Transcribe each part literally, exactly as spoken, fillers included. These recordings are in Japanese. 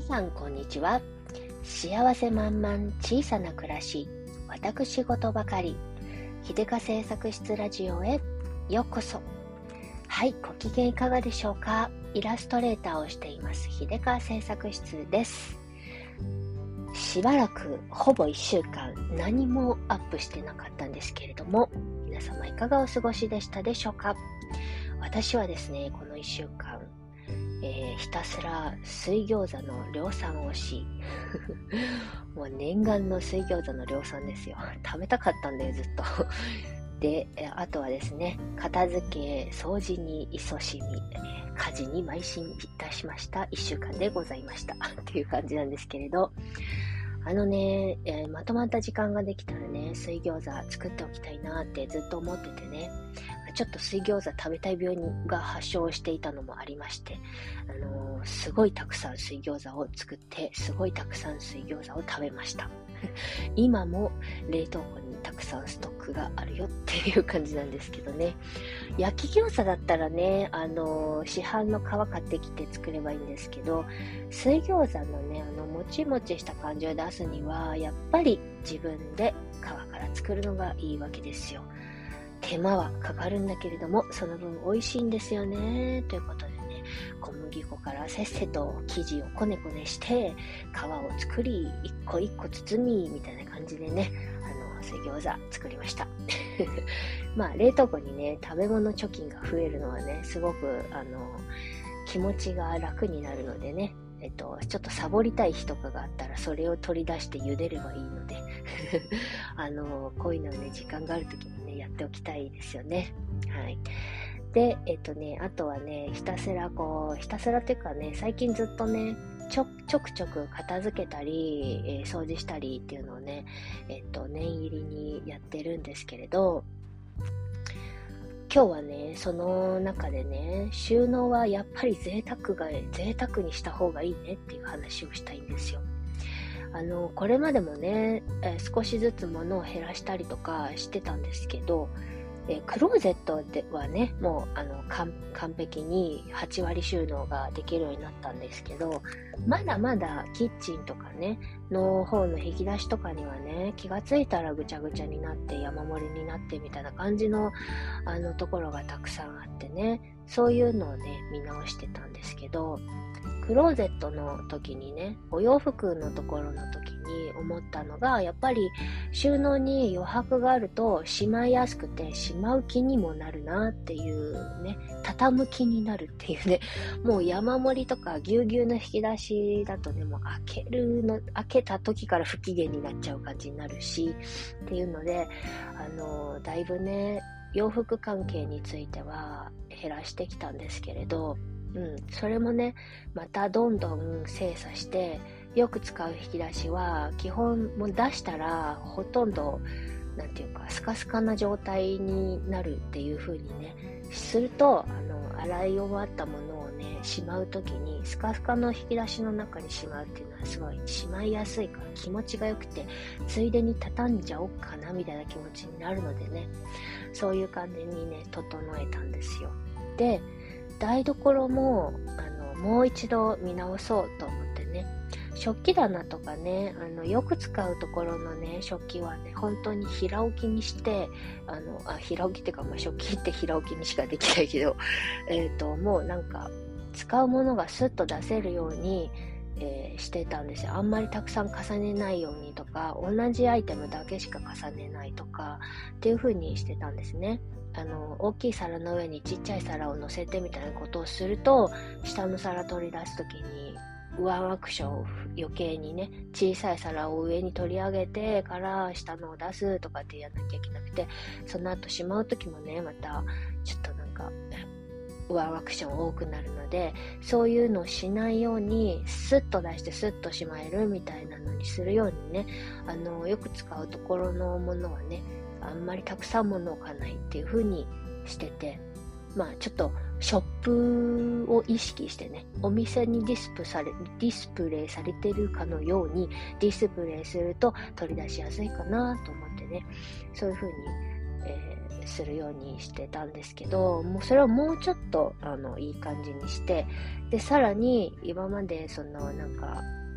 さんこんにちは。幸せ満々小さな暮らし、私事ばかり、秀香製作室ラジオへようこそ。はい、ご機嫌いかがでしょうか。イラストレーターをしています秀香製作室です。しばらくほぼいっしゅうかん何もアップしてなかったんですけれども、皆様いかがお過ごしでしたでしょうか。私はですね、このいっしゅうかんえー、ひたすら水餃子の量産をしもう念願の水餃子の量産ですよ。食べたかったんだよずっとで、あとはですね、片付け掃除に勤しみ、家事に邁進いたしましたいっしゅうかんでございましたっていう感じなんですけれど、あのね、えー、まとまった時間ができたらね、水餃子作っておきたいなってずっと思っててね、ちょっと水餃子食べたい病が発症していたのもありまして、あのー、すごいたくさん水餃子を作って、すごいたくさん水餃子を食べました。今も冷凍庫にたくさんストックがあるよっていう感じなんですけどね。焼き餃子だったらね、あのー、市販の皮買ってきて作ればいいんですけど、水餃子のね、あの、もちもちした感じを出すには、やっぱり自分で皮から作るのがいいわけですよ。手間はかかるんだけれども、その分美味しいんですよね。ということでね、小麦粉からせっせと生地をこねこねして、皮を作り、一個一個包み、みたいな感じでね、あの、水餃子作りました。まあ、冷凍庫にね、食べ物貯金が増えるのはね、すごく、あの、気持ちが楽になるのでね、えっと、ちょっとサボりたい日とかがあったら、それを取り出して茹でればいいので、あの、こういうのをね、時間があるときにね、やっておきたいですよね。はい。で、えっとね、あとはね、ひたすらこう、ひたすらっていうかね、最近ずっとね、ちょ、ちょくちょく片付けたり、えー、掃除したりっていうのをね、えっと、念入りにやってるんですけれど、今日はね、その中でね、収納はやっぱり贅沢が、贅沢にした方がいいねっていう話をしたいんですよ。あの、これまでもね、えー少しずつ物を減らしたりとかしてたんですけど、えークローゼットではね、もうあの完完璧にはち割収納ができるようになったんですけど、まだまだキッチンとかね、の方の引き出しとかにはね、気がついたらぐちゃぐちゃになって山盛りになってみたいな感じのあのところがたくさんあってね、そういうのをね、見直してたんですけど、クローゼットの時にね、お洋服のところの時に思ったのが、やっぱり収納に余白があるとしまいやすくて、しまう気にもなるなっていうね、畳む気になるっていうね、もう山盛りとかぎゅうぎゅうの引き出しだとね、もう開けるの、開けた時から不機嫌になっちゃう感じになるし、っていうので、あの、だいぶね、洋服関係については減らしてきたんですけれど、うん、それもね、またどんどん精査して、よく使う引き出しは、基本もう出したら、ほとんど、なんていうか、スカスカな状態になるっていう風にね、すると、あの、洗い終わったものをね、しまうときに、スカスカの引き出しの中にしまうっていうのはすごいしまいやすいから気持ちが良くて、ついでに畳んじゃおうかな、みたいな気持ちになるのでね、そういう感じにね、整えたんですよ。で、台所もあのもう一度見直そうと思ってね、食器棚とかね、あのよく使うところのね、食器はね、本当に平置きにして、あのあ平置きっていうか、まあ、食器って平置きにしかできないけど、えっともうなんか使うものがスッと出せるように、えーしてたんですよ。あんまりたくさん重ねないようにとか、同じアイテムだけしか重ねないとかっていう風にしてたんですね。あの大きい皿の上にちっちゃい皿を乗せてみたいなことをすると、下の皿取り出すときにワンアクション余計にね、小さい皿を上に取り上げてから下のを出すとかってやんなきゃいけなくて、その後しまうときもね、またちょっとなんかワンアクション多くなるので、そういうのをしないようにスッと出してスッとしまえるみたいなのにするようにね、あのよく使うところのものはね、あんまりたくさん物を置かないっていう風にしてて、まあちょっとショップを意識してね、お店にディスプされディスプレイされてるかのようにディスプレイすると取り出しやすいかなと思ってね、そういう風に、えーするようにしてたんですけど、もうそれをもうちょっとあのいい感じにして、でさらに今までそのなんか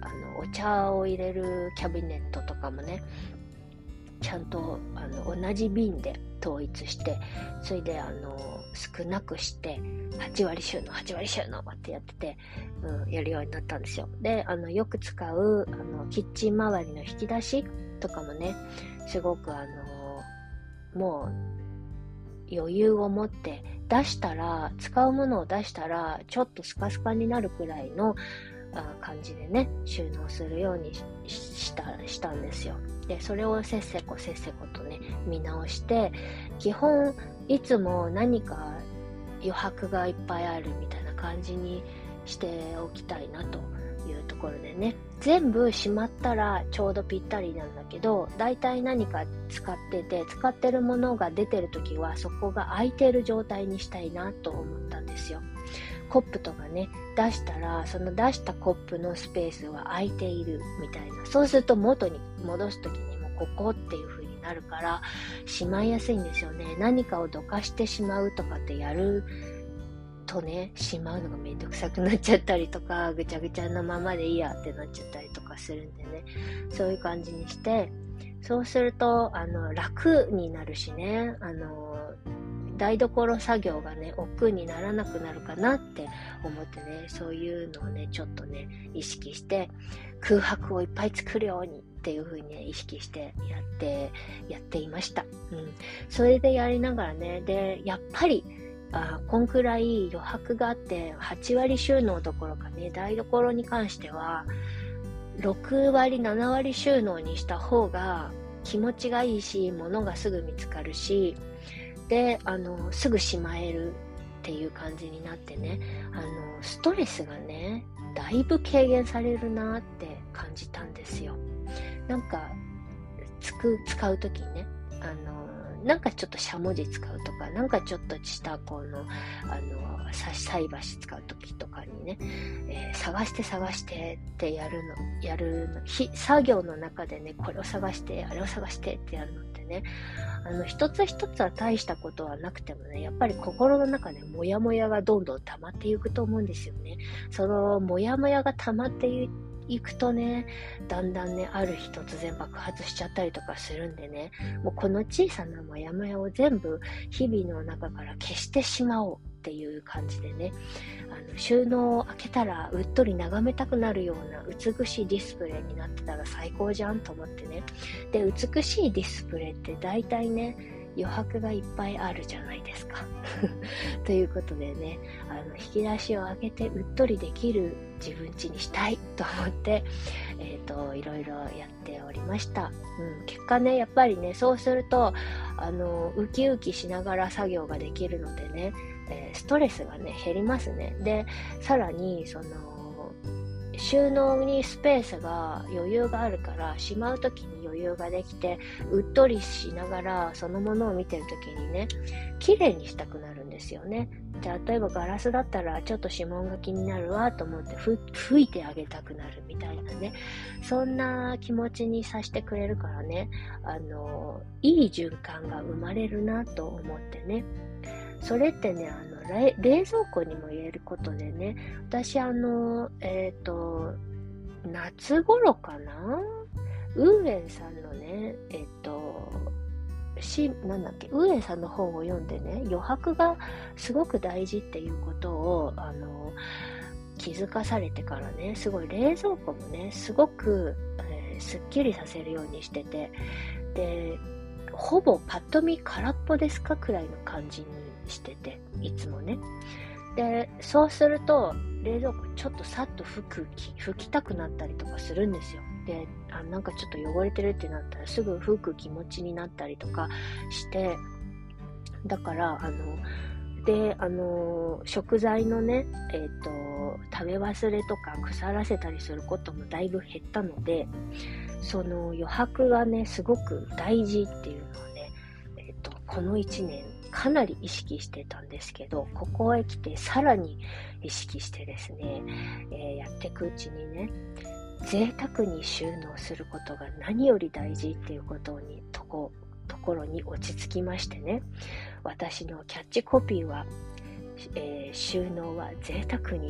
あのお茶を入れるキャビネットとかもね、ちゃんとあの同じ瓶で統一して、それであの少なくしてはち割収納はち割収納ってやってて、うん、やるようになったんですよ。で、あのよく使うあのキッチン周りの引き出しとかもね、すごくあのもう余裕を持って出したら、使うものを出したらちょっとスカスカになるくらいのあ感じでね、収納するように し, したしたんですよ。で、それをせっせこせっせことね見直して、基本いつも何か余白がいっぱいあるみたいな感じにしておきたいなというところでね、全部しまったらちょうどぴったりなんだけど、だいたい何か使ってて、使ってるものが出てるときはそこが空いてる状態にしたいなと思ったんですよ。コップとかね、出したらその出したコップのスペースは空いているみたいな、そうすると元に戻すときにもここっていう風になるからしまいやすいんですよね。何かをどかしてしまうとかってやるとね、しまうのがめんどくさくなっちゃったりとか、ぐちゃぐちゃのままでいいやってなっちゃったりとかするんでね、そういう感じにして、そうするとあの楽になるしね、あの台所作業がね億劫にならなくなるかなって思ってね、そういうのをねちょっとね意識して空白をいっぱい作るようにっていう風に、ね、意識してやってやっていました。うん、それでやりながらね、でやっぱりあこんくらい余白があってはち割収納どころかね、台所に関してはろく割なな割収納にした方が気持ちがいいし、物がすぐ見つかるし、であのすぐしまえるっていう感じになってね、あのストレスがねだいぶ軽減されるなって感じたんですよ。なんかつく使うときにね、あのなんかちょっとしゃもじ使うとか、なんかちょっとしたこのあの菜箸使うときとかにね、えー、探して探してってやるのやるのひ作業の中でね、これを探してあれを探してってやるのってね、あの一つ一つは大したことはなくてもね、やっぱり心の中でモヤモヤがどんどん溜まっていくと思うんですよね。そのモヤモヤが溜まっていくとね、だんだんねある日突然爆発しちゃったりとかするんでね、もうこの小さなモヤモヤを全部日々の中から消してしまおうっていう感じでね、あの収納を開けたらうっとり眺めたくなるような美しいディスプレイになってたら最高じゃんと思ってね。で、美しいディスプレイって大体ね余白がいっぱいあるじゃないですかということでね、あの引き出しを開けてうっとりできる自分家にしたいと思って、えーと、いろいろやっておりました。うん、結果ね、やっぱりね、そうするとあのウキウキしながら作業ができるのでね、えー、ストレスがね減りますね。で、さらにその収納にスペースが余裕があるから、しまうときに余裕ができてうっとりしながらそのものを見てるときにね、綺麗にしたくなるんですよね。で、例えばガラスだったらちょっと指紋が気になるわと思ってふ拭いてあげたくなるみたいなね、そんな気持ちにさせてくれるからね、あのいい循環が生まれるなと思ってね。それってね、あの冷蔵庫にも言えることでね、私あのえっと夏頃かな、ウーエンさんのね、えっとしなんだっけウーエンさんの本を読んでね、余白がすごく大事っていうことをあの気づかされてからね、すごい冷蔵庫もねすごく、えー、すっきりさせるようにしてて、でほぼパッと見空っぽですかくらいの感じにしてて、いつもね。で、そうすると冷蔵庫ちょっとさっと拭く拭きたくなったりとかするんですよ。で、あ、なんかちょっと汚れてるってなったらすぐ拭く気持ちになったりとかして、だからあのであの食材のね、えっと食べ忘れとか腐らせたりすることもだいぶ減ったので、その余白がねすごく大事っていうのをね、えっとこのいちねんかなり意識してたんですけど、ここへ来てさらに意識してですね、えー、やっていくうちにね、贅沢に収納することが何より大事っていうことにとこところに落ち着きましてね、私のキャッチコピーは、えー、収納は贅沢に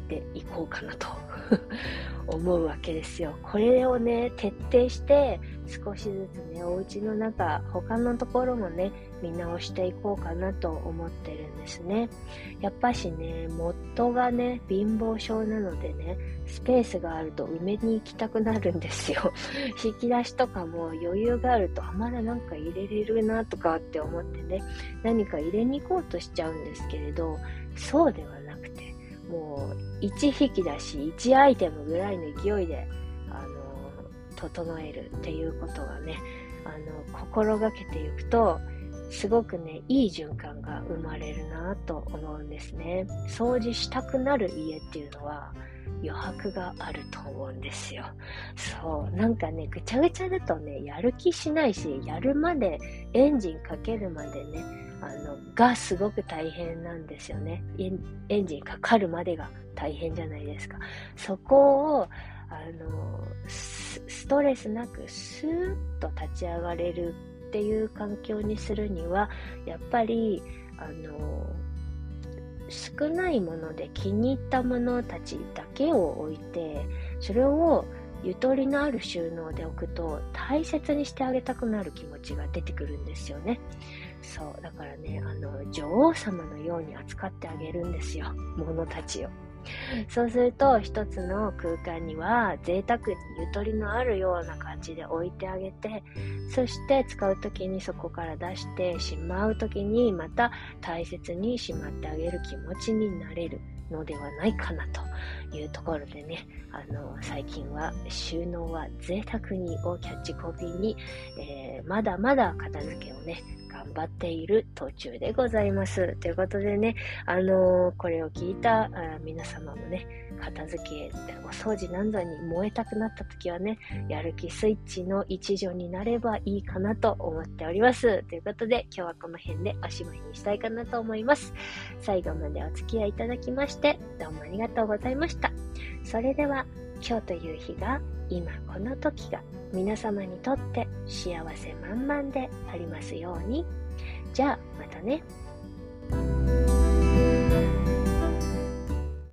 ていこうかなと思うわけですよ。これをね、徹底して少しずつね、お家の中、他のところもね、見直していこうかなと思ってるんですね。やっぱしね、夫がね、貧乏症なのでね、スペースがあると埋めに行きたくなるんですよ。引き出しとかも余裕があると、あ、まだなんか入れれるなとかって思ってね、何か入れに行こうとしちゃうんですけれど、そうではなくて、もういち引き出しいちアイテムぐらいの勢いで、あの整えるっていうことがね、あの心がけていくと、すごくね、いい循環が生まれるなと思うんですね。掃除したくなる家っていうのは余白があると思うんですよ。そう、なんかね、ぐちゃぐちゃだとね、やる気しないし、やるまで、エンジンかけるまでね、あの、がすごく大変なんですよね。エン、エンジンかかるまでが大変じゃないですか。そこを、あの、ス、ストレスなくスーッと立ち上がれるっていう環境にするには、やっぱり、あの、少ないもので気に入ったものたちだけを置いて、それをゆとりのある収納で置くと大切にしてあげたくなる気持ちが出てくるんですよね。そう、だからね、あの、女王様のように扱ってあげるんですよ、物たちを。そうすると、一つの空間には贅沢にゆとりのあるような感じで置いてあげて、そして使うときにそこから出してしまうときにまた大切にしまってあげる気持ちになれるのではないかなというところでね、あの、最近は収納は贅沢にをキャッチコピーに、えー、まだまだ片付けをね、頑張っている途中でございます。ということでね、あのー、これを聞いたあ皆様もね、片付け、お掃除なんぞに燃えたくなった時はね、やる気スイッチの一助になればいいかなと思っております。ということで、今日はこの辺でおしまいにしたいかなと思います。最後までお付き合いいただきまして、どうもありがとうございました。それでは、今日という日が、今この時が、皆様にとって幸せ満々でありますように。じゃあ、またね。